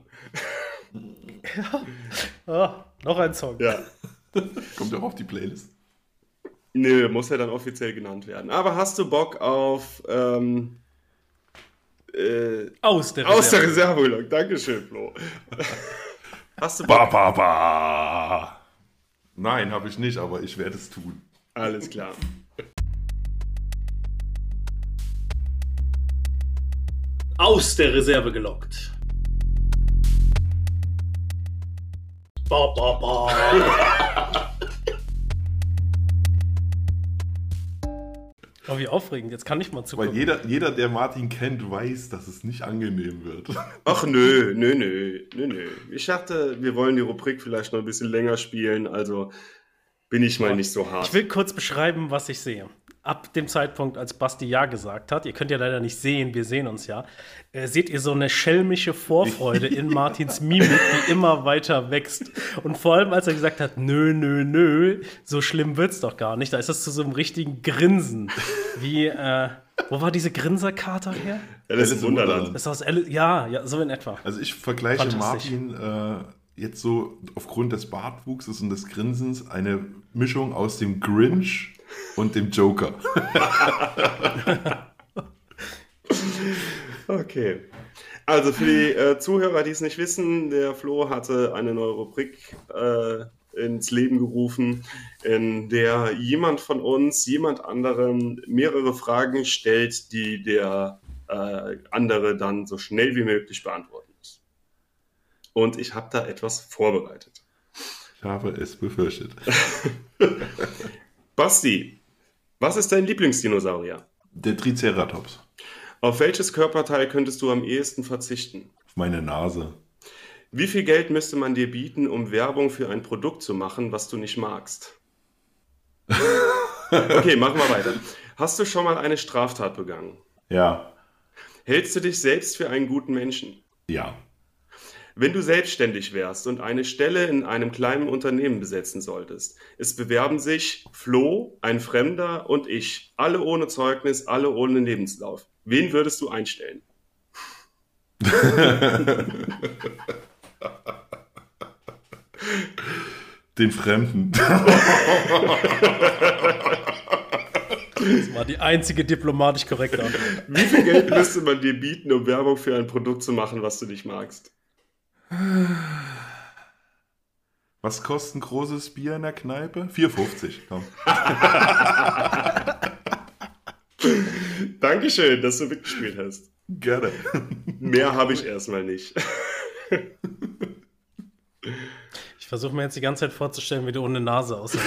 Ah, noch ein Song. Ja. Kommt ja auch auf die Playlist. Nö, muss ja dann offiziell genannt werden. Aber hast du Bock auf ähm, äh, Aus der aus der Reserve. Reserve? Dankeschön, Flo. Hast du Ba, Bock? ba, ba. Nein, habe ich nicht, aber ich werde es tun. Alles klar. Aus der Reserve gelockt. Ba, ba, ba. Oh, wie aufregend. Jetzt kann ich mal zugucken. Weil jeder, jeder, der Martin kennt, weiß, dass es nicht angenehm wird. Ach nö, nö, nö, nö, nö. Ich dachte, wir wollen die Rubrik vielleicht noch ein bisschen länger spielen, also bin ich mal nicht so hart. Ich will kurz beschreiben, was ich sehe. Ab dem Zeitpunkt, als Basti Ja gesagt hat, ihr könnt ja leider nicht sehen, wir sehen uns ja, äh, seht ihr so eine schelmische Vorfreude in Martins Mimik, die immer weiter wächst. Und vor allem, als er gesagt hat, nö, nö, nö, so schlimm wird's doch gar nicht, da ist es zu so einem richtigen Grinsen. Wie, äh, wo war diese Grinserkater her? Alice im Wunderland. Das ist aus Alice, ja, ja, so in etwa. Also ich vergleiche Fantastisch. Martin äh, jetzt so aufgrund des Bartwuchses und des Grinsens eine Mischung aus dem Grinch und dem Joker. Okay. Also für die äh, Zuhörer, die es nicht wissen, der Flo hatte eine neue Rubrik äh, ins Leben gerufen, in der jemand von uns, jemand anderem mehrere Fragen stellt, die der äh, andere dann so schnell wie möglich beantworten muss. Und ich habe da etwas vorbereitet. Ich habe es befürchtet. Basti, was ist dein Lieblingsdinosaurier? Der Triceratops. Auf welches Körperteil könntest du am ehesten verzichten? Auf meine Nase. Wie viel Geld müsste man dir bieten, um Werbung für ein Produkt zu machen, was du nicht magst? Okay, machen wir weiter. Hast du schon mal eine Straftat begangen? Ja. Hältst du dich selbst für einen guten Menschen? Ja. Wenn du selbstständig wärst und eine Stelle in einem kleinen Unternehmen besetzen solltest, es bewerben sich Flo, ein Fremder und ich, alle ohne Zeugnis, alle ohne Lebenslauf. Wen würdest du einstellen? Den Fremden. Das war die einzige diplomatisch korrekte Antwort. Wie viel Geld müsste man dir bieten, um Werbung für ein Produkt zu machen, was du nicht magst? Was kostet ein großes Bier in der Kneipe? vier fünfzig, komm. Dankeschön, dass du mitgespielt hast. Gerne. Mehr habe ich erstmal nicht. Ich versuche mir jetzt die ganze Zeit vorzustellen, wie du ohne Nase aussiehst.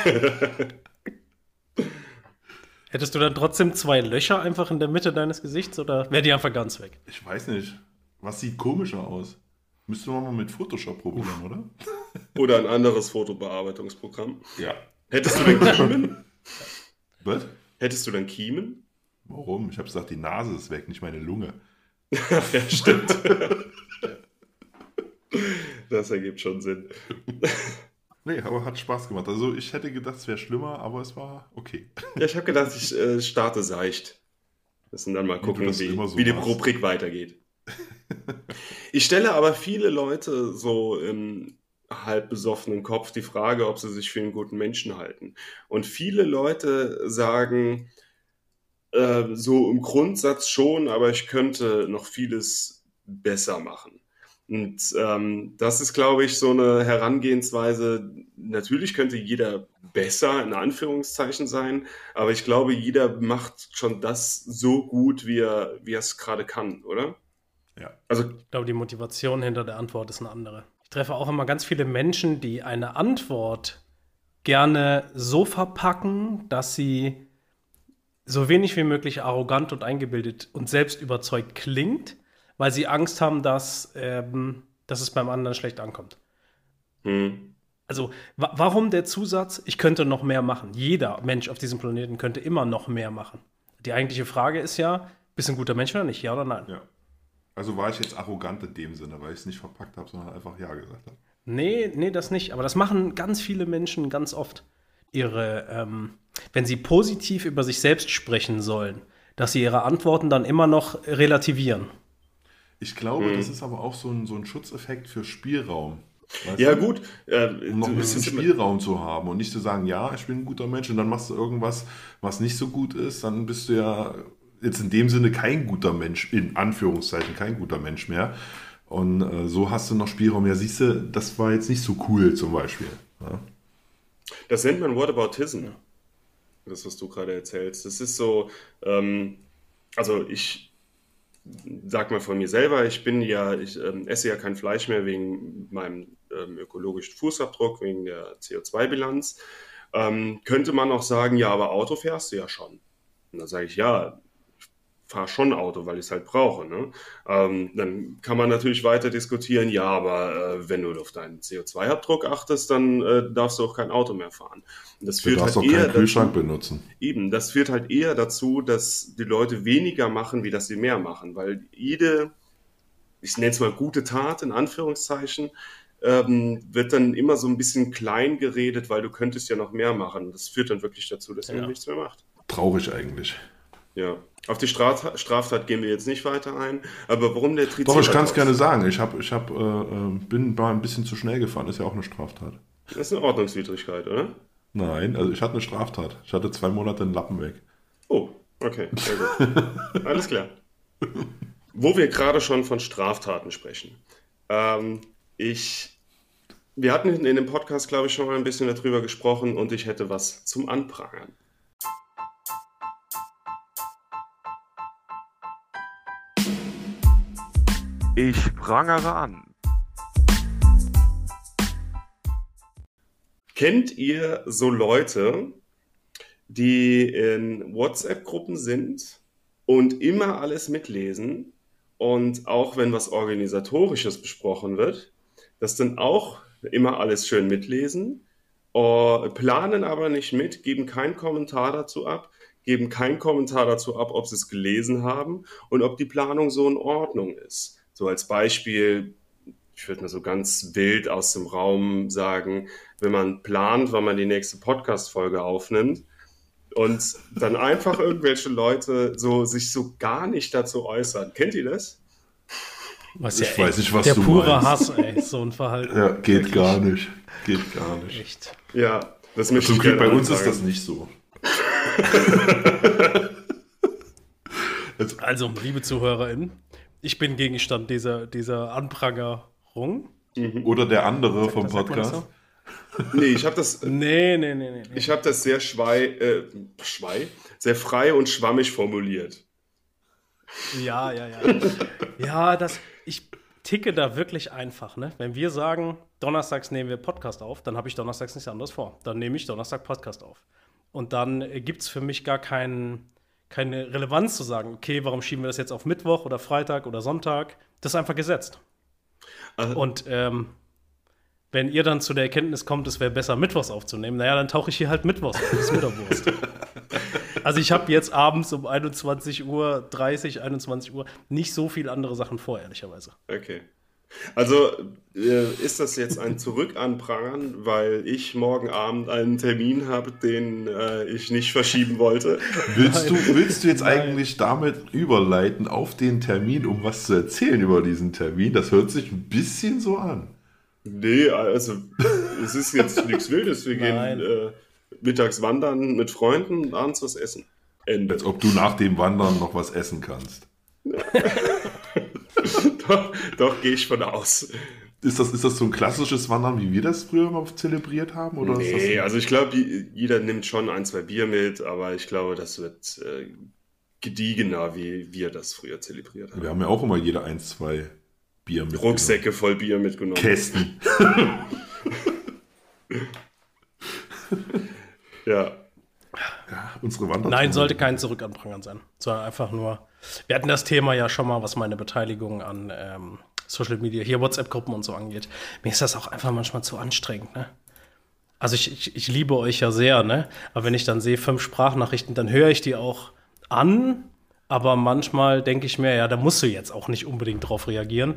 Hättest du dann trotzdem zwei Löcher einfach in der Mitte deines Gesichts oder wäre die einfach ganz weg? Ich weiß nicht. Was sieht komischer aus? Müsste man mal mit Photoshop probieren, oder? Oder ein anderes Fotobearbeitungsprogramm. Ja. Hättest du denn Kiemen? Was? Hättest du denn Kiemen? Warum? Ich habe gesagt, die Nase ist weg, nicht meine Lunge. Ja, stimmt. Das ergibt schon Sinn. Nee, aber hat Spaß gemacht. Also ich hätte gedacht, es wäre schlimmer, aber es war okay. Ja, ich habe gedacht, ich äh, starte seicht. Müssen dann mal Wie du gucken, das wie, immer so wie die machst. Rubrik weitergeht. Ich stelle aber viele Leute so im halb besoffenen Kopf die Frage, ob sie sich für einen guten Menschen halten. Und viele Leute sagen äh, so im Grundsatz schon, aber ich könnte noch vieles besser machen. Und ähm, das ist, glaube ich, so eine Herangehensweise. Natürlich könnte jeder besser in Anführungszeichen sein, aber ich glaube, jeder macht schon das so gut, wie er, wie er es gerade kann, oder? Ja. Also, Ich glaube, die Motivation hinter der Antwort ist eine andere. Ich treffe auch immer ganz viele Menschen, die eine Antwort gerne so verpacken, dass sie so wenig wie möglich arrogant und eingebildet und selbst überzeugt klingt, weil sie Angst haben, dass, ähm, dass es beim anderen schlecht ankommt. Hm. Also, wa- warum der Zusatz, ich könnte noch mehr machen? Jeder Mensch auf diesem Planeten könnte immer noch mehr machen. Die eigentliche Frage ist ja, bist du ein guter Mensch oder nicht? Ja oder nein? Ja. Also war ich jetzt arrogant in dem Sinne, weil ich es nicht verpackt habe, sondern einfach Ja gesagt habe. Nee, nee, das nicht. Aber das machen ganz viele Menschen ganz oft. Ihre, ähm, wenn sie positiv über sich selbst sprechen sollen, dass sie ihre Antworten dann immer noch relativieren. Ich glaube, das ist aber auch so ein, so ein Schutzeffekt für Spielraum. Weißt Ja, du? gut. Äh, Um noch ein du- bisschen es ist immer- Spielraum zu haben und nicht zu sagen, ja, ich bin ein guter Mensch und dann machst du irgendwas, was nicht so gut ist, dann bist du ja jetzt in dem Sinne kein guter Mensch, in Anführungszeichen kein guter Mensch mehr. Und äh, so hast du noch Spielraum. Ja, siehst du, das war jetzt nicht so cool zum Beispiel. Ja. Das nennt man Whataboutism. Das, was du gerade erzählst. Das ist so, ähm, also ich sag mal von mir selber, ich bin ja, ich ähm, esse ja kein Fleisch mehr wegen meinem ähm, ökologischen Fußabdruck, wegen der C O zwei Bilanz. Ähm, könnte man auch sagen, ja, aber Auto fährst du ja schon. Und dann sage ich, ja, ich fahre schon Auto, weil ich es halt brauche. Ne? Ähm, dann kann man natürlich weiter diskutieren, ja, aber äh, wenn du auf deinen C O zwei Abdruck achtest, dann äh, darfst du auch kein Auto mehr fahren. Und das Du führt darfst halt auch eher keinen Kühlschrank dazu, benutzen. eben, das führt halt eher dazu, dass die Leute weniger machen, wie dass sie mehr machen, weil jede, ich nenne es mal gute Tat in Anführungszeichen, ähm, wird dann immer so ein bisschen klein geredet, weil du könntest ja noch mehr machen. Das führt dann wirklich dazu, dass jemand Ja. nichts mehr macht. Traurig eigentlich. Ja. Auf die Straftat, Straftat gehen wir jetzt nicht weiter ein, aber warum der Doch, ich Triceratops? kann es gerne sagen. Ich, hab, ich hab, äh, äh, bin mal ein bisschen zu schnell gefahren. Ist ja auch eine Straftat. Das ist eine Ordnungswidrigkeit, oder? Nein, also ich hatte eine Straftat. Ich hatte zwei Monate einen Lappen weg. Oh, okay, sehr gut. Alles klar. Wo wir gerade schon von Straftaten sprechen. Ähm, ich, wir hatten in dem Podcast, glaube ich, schon mal ein bisschen darüber gesprochen und ich hätte was zum Anprangern. Ich prangere an. Kennt ihr so Leute, die in WhatsApp-Gruppen sind und immer alles mitlesen und auch wenn was Organisatorisches besprochen wird, das dann auch immer alles schön mitlesen, äh, planen aber nicht mit, geben keinen Kommentar dazu ab, geben keinen Kommentar dazu ab, ob sie es gelesen haben und ob die Planung so in Ordnung ist. So als Beispiel, ich würde mal so ganz wild aus dem Raum sagen, wenn man plant, wann man die nächste Podcast-Folge aufnimmt und dann einfach irgendwelche Leute so sich so gar nicht dazu äußern. Kennt ihr das? Was Ich ja weiß echt nicht, was der du pure meinst. Hass, ey, so ein Verhalten. Ja, geht gar nicht. Geht gar nicht. Echt. Ja, das möchte Zum ich Glück gerne bei uns ist anfangen. das nicht so. Also, liebe ZuhörerInnen, ich bin Gegenstand dieser, dieser Anprangerung. Oder der andere vom Sagt man das Podcast. Nee, ich habe das, Nee, nee, nee, nee. nee. ich hab das sehr schwei, äh, schwei, sehr frei und schwammig formuliert. Ja, ja, ja. Ja, das, ich ticke da wirklich einfach, ne? Wenn wir sagen, donnerstags nehmen wir Podcast auf, dann habe ich donnerstags nichts anderes vor. Dann nehme ich Donnerstag Podcast auf. Und dann äh, gibt es für mich gar keinen, keine Relevanz zu sagen, okay, warum schieben wir das jetzt auf Mittwoch oder Freitag oder Sonntag? Das ist einfach gesetzt. Also, Und ähm, wenn ihr dann zu der Erkenntnis kommt, es wäre besser, Mittwochs aufzunehmen, naja, dann tauche ich hier halt Mittwochs auf. Das ist mir doch Wurst. Also ich habe jetzt abends um einundzwanzig Uhr dreißig, einundzwanzig Uhr nicht so viele andere Sachen vor, ehrlicherweise. okay. Also äh, ist das jetzt ein Zurückanprangern, weil ich morgen Abend einen Termin habe, den äh, ich nicht verschieben wollte? Willst du, willst du jetzt Nein. eigentlich damit überleiten auf den Termin, um was zu erzählen über diesen Termin? Das hört sich ein bisschen so an. Nee, also es ist jetzt nichts Wildes. Wir Nein. gehen äh, mittags wandern mit Freunden und abends was essen. Ende. Als ob du nach dem Wandern noch was essen kannst. doch, doch gehe ich von aus. Ist das, ist das so ein klassisches Wandern, wie wir das früher mal zelebriert haben? Oder ist Nee, das also ich glaube, jeder nimmt schon ein, zwei Bier mit, aber ich glaube, das wird äh, gediegener, wie wir das früher zelebriert haben. wir haben ja auch immer jeder ein, zwei Bier mit. Rucksäcke voll Bier mitgenommen. Kästen. Ja. Ja, unsere Wandertouren. Nein, sollte kein Zurückanprangern sein, sondern einfach nur Wir hatten das Thema ja schon mal, was meine Beteiligung an ähm, Social Media, hier WhatsApp-Gruppen und so angeht. Mir ist das auch einfach manchmal zu anstrengend, ne? Also ich, ich, ich liebe euch ja sehr, ne? Aber wenn ich dann sehe, fünf Sprachnachrichten, dann höre ich die auch an, aber manchmal denke ich mir, ja, da musst du jetzt auch nicht unbedingt drauf reagieren.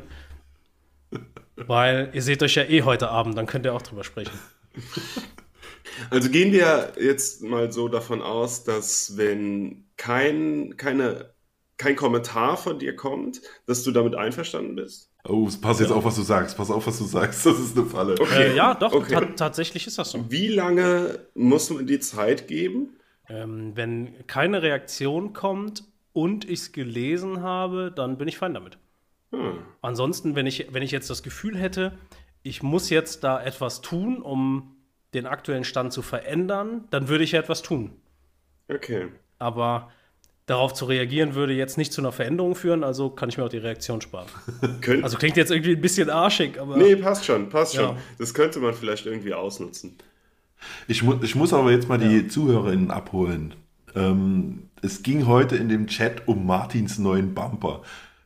Weil ihr seht euch ja eh heute Abend, dann könnt ihr auch drüber sprechen. Also gehen wir jetzt mal so davon aus, dass wenn kein, keine, kein Kommentar von dir kommt, dass du damit einverstanden bist? Oh, pass jetzt Ja. auf, was du sagst. Pass auf, was du sagst. Das ist eine Falle. Okay. Äh, ja, doch, Okay. ta- tatsächlich ist das so. Wie lange muss man die Zeit geben? Ähm, wenn keine Reaktion kommt und ich es gelesen habe, dann bin ich fein damit. Hm. Ansonsten, wenn ich, wenn ich jetzt das Gefühl hätte, ich muss jetzt da etwas tun, um den aktuellen Stand zu verändern, dann würde ich ja etwas tun. Okay. Aber darauf zu reagieren, würde jetzt nicht zu einer Veränderung führen, also kann ich mir auch die Reaktion sparen. Könnt, Also klingt jetzt irgendwie ein bisschen arschig, aber nee, passt schon, passt Ja. schon. Das könnte man vielleicht irgendwie ausnutzen. Ich, mu ich muss aber jetzt mal die ZuhörerInnen abholen. Ähm, es ging heute in dem Chat um Martins neuen Bumper.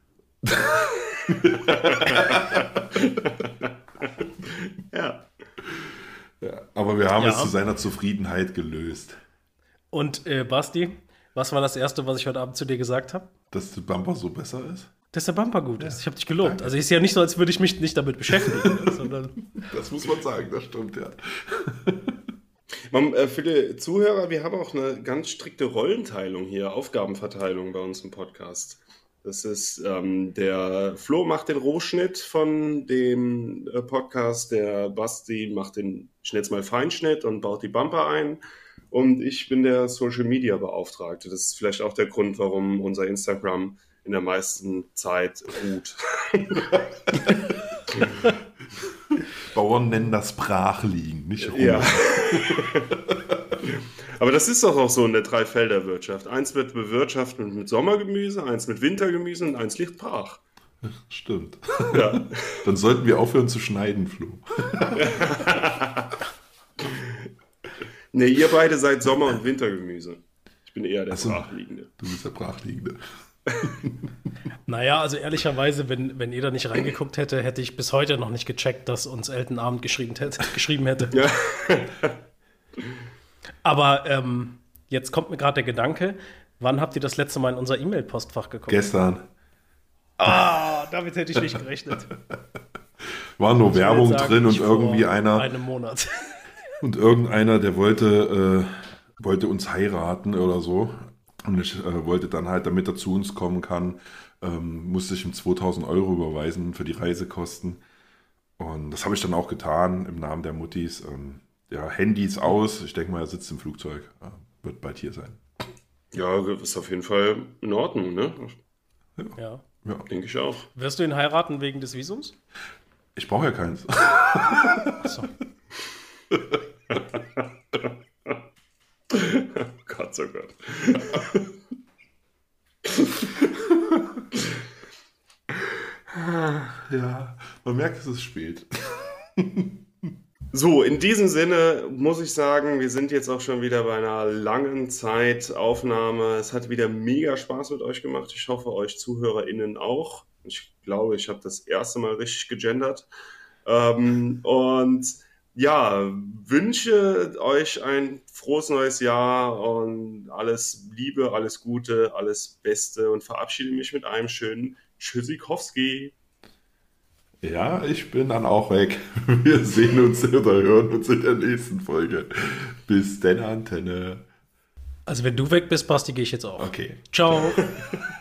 Ja. Ja, aber wir haben Ja. es zu seiner Zufriedenheit gelöst, Und äh, Basti, was war das Erste, was ich heute Abend zu dir gesagt habe? dass der Bumper so besser ist. Dass der Bumper gut ist. Ich habe dich gelobt. Also ist ja nicht so, als würde ich mich nicht damit beschäftigen, sondern Das muss man sagen, das stimmt, ja. Man, äh, für die Zuhörer, wir haben auch eine ganz strikte Rollenteilung hier, Aufgabenverteilung bei uns im Podcast. Das ist, ähm, der Flo macht den Rohschnitt von dem äh, Podcast, der Basti macht den, ich nenne es mal Feinschnitt und baut die Bumper ein. Und ich bin der Social Media Beauftragte. Das ist vielleicht auch der Grund, warum unser Instagram in der meisten Zeit ruht. Bauern nennen das Brachliegen, nicht Ruhe. Ja. Aber das ist doch auch so in der Dreifelderwirtschaft. Eins wird bewirtschaftet mit Sommergemüse, eins mit Wintergemüse und eins liegt brach. Stimmt. Ja. Dann sollten wir aufhören zu schneiden, Flo. Ne, ihr beide seid Sommer- und Wintergemüse. Ich bin eher der Ach so. Brachliegende. Du bist der Brachliegende. naja, also ehrlicherweise, wenn, wenn ihr da nicht reingeguckt hätte, hätte ich bis heute noch nicht gecheckt, dass uns Elton Abend geschrieben hätte. Geschrieben hätte. Ja. Aber ähm, jetzt kommt mir gerade der Gedanke, wann habt ihr das letzte Mal in unser E-Mail-Postfach geguckt? Gestern Ah, damit hätte ich nicht gerechnet. war nur Ich will Werbung jetzt sagen, drin und ich vor irgendwie einer einem Monat. und irgendeiner, der wollte, äh, wollte uns heiraten oder so. Und ich äh, wollte dann halt, damit er zu uns kommen kann, ähm, musste ich ihm zweitausend Euro überweisen für die Reisekosten. Und das habe ich dann auch getan im Namen der Muttis. Ähm, ja, Handys aus. Ich denke mal, er sitzt im Flugzeug. Ja, wird bald hier sein. Ja, ist auf jeden Fall in Ordnung, ne? Ja. Ja, Denke ich auch. Wirst du ihn heiraten wegen des Visums? ich brauche ja keins. Achso. Oh Gott, oh Gott. Ja, man merkt, es ist spät. So, in diesem Sinne muss ich sagen, wir sind jetzt auch schon wieder bei einer langen Zeitaufnahme. Es hat wieder mega Spaß mit euch gemacht. Ich hoffe, euch ZuhörerInnen auch. Ich glaube, ich habe das erste Mal richtig gegendert. Ähm, und ja, wünsche euch ein frohes neues Jahr und alles Liebe, alles Gute, alles Beste und verabschiede mich mit einem schönen Tschüssikowski. Ja, ich bin dann auch weg. Wir sehen uns oder hören uns in der nächsten Folge. Bis denn, Antenne. Also wenn du weg bist, Basti, gehe ich jetzt auch. Okay. Ciao.